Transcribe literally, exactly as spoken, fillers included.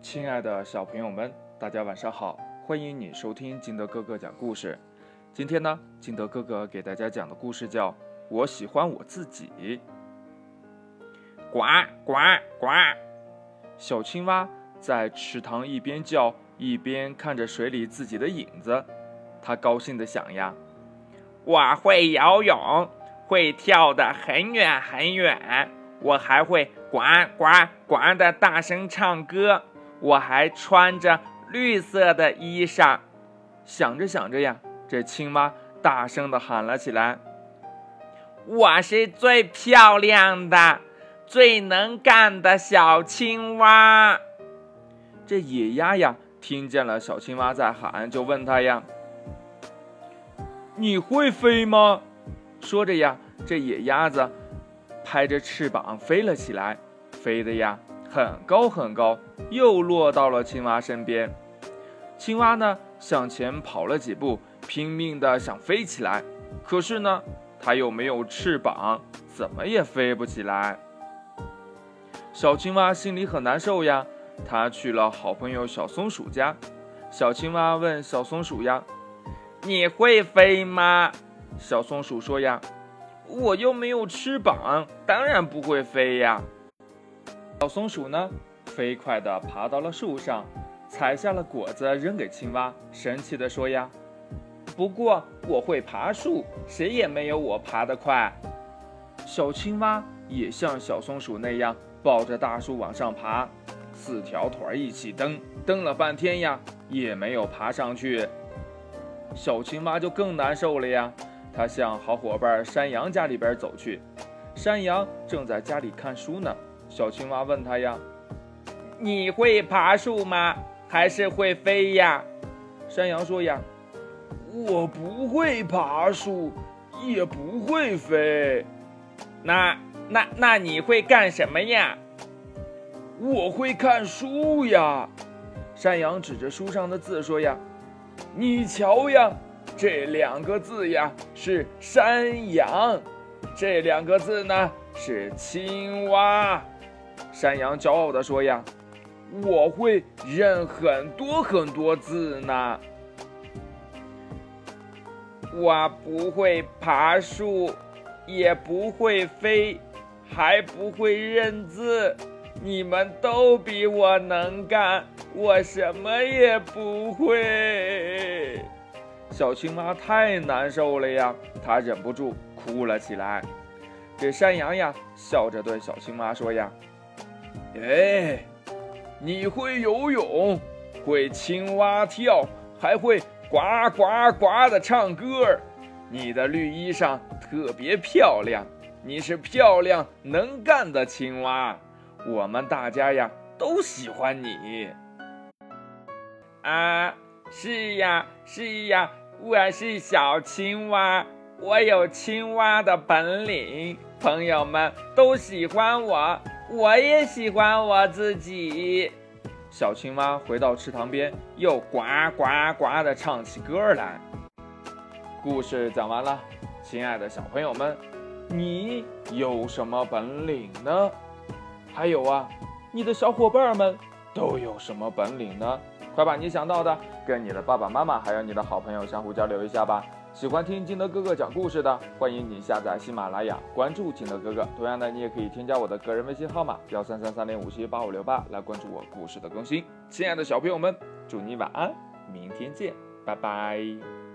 亲爱的小朋友们，大家晚上好，欢迎你收听金德哥哥讲故事。今天呢，金德哥哥给大家讲的故事叫《我喜欢我自己》。呱呱呱！小青蛙在池塘一边叫，一边看着水里自己的影子。它高兴地想呀，我会游泳，会跳得很远很远，我还会呱呱呱地大声唱歌，我还穿着绿色的衣裳。想着想着呀，这青蛙大声地喊了起来，我是最漂亮的，最能干的小青蛙。这野鸭呀听见了小青蛙在喊，就问它呀，你会飞吗？说着呀，这野鸭子拍着翅膀飞了起来，飞得呀很高很高，又落到了青蛙身边。青蛙呢向前跑了几步，拼命地想飞起来，可是呢它又没有翅膀，怎么也飞不起来。小青蛙心里很难受呀，它去了好朋友小松鼠家。小青蛙问小松鼠呀，你会飞吗？小松鼠说呀，我又没有翅膀，当然不会飞呀。小松鼠呢飞快地爬到了树上，采下了果子扔给青蛙，生气地说呀，不过我会爬树，谁也没有我爬得快。小青蛙也像小松鼠那样抱着大树往上爬，四条腿一起蹬，蹬了半天呀也没有爬上去。小青蛙就更难受了呀，它向好伙伴山羊家里边走去。山羊正在家里看书呢。小青蛙问他呀，你会爬树吗？还是会飞呀？山羊说呀，我不会爬树，也不会飞。那那那你会干什么呀？我会看书呀。山羊指着书上的字说呀，你瞧呀，这两个字呀是山羊，这两个字呢是青蛙。山羊骄傲地说呀，我会认很多很多字呢。我不会爬树，也不会飞，还不会认字，你们都比我能干，我什么也不会。小青蛙太难受了呀，它忍不住哭了起来。这山羊呀笑着对小青蛙说呀，哎，你会游泳，会青蛙跳，还会呱呱呱地唱歌，你的绿衣裳特别漂亮，你是漂亮能干的青蛙，我们大家呀都喜欢你。啊，是呀是呀，我是小青蛙，我有青蛙的本领，朋友们都喜欢我，我也喜欢我自己。小青蛙回到池塘边，又呱呱呱地唱起歌来。故事讲完了，亲爱的小朋友们，你有什么本领呢？还有啊，你的小伙伴们都有什么本领呢？快把你想到的跟你的爸爸妈妈还有你的好朋友相互交流一下吧。喜欢听金德哥哥讲故事的，欢迎你下载喜马拉雅，关注金德哥哥。同样的，你也可以添加我的个人微信号码幺三三三零五七八五六八来关注我故事的更新。亲爱的小朋友们，祝你晚安，明天见，拜拜。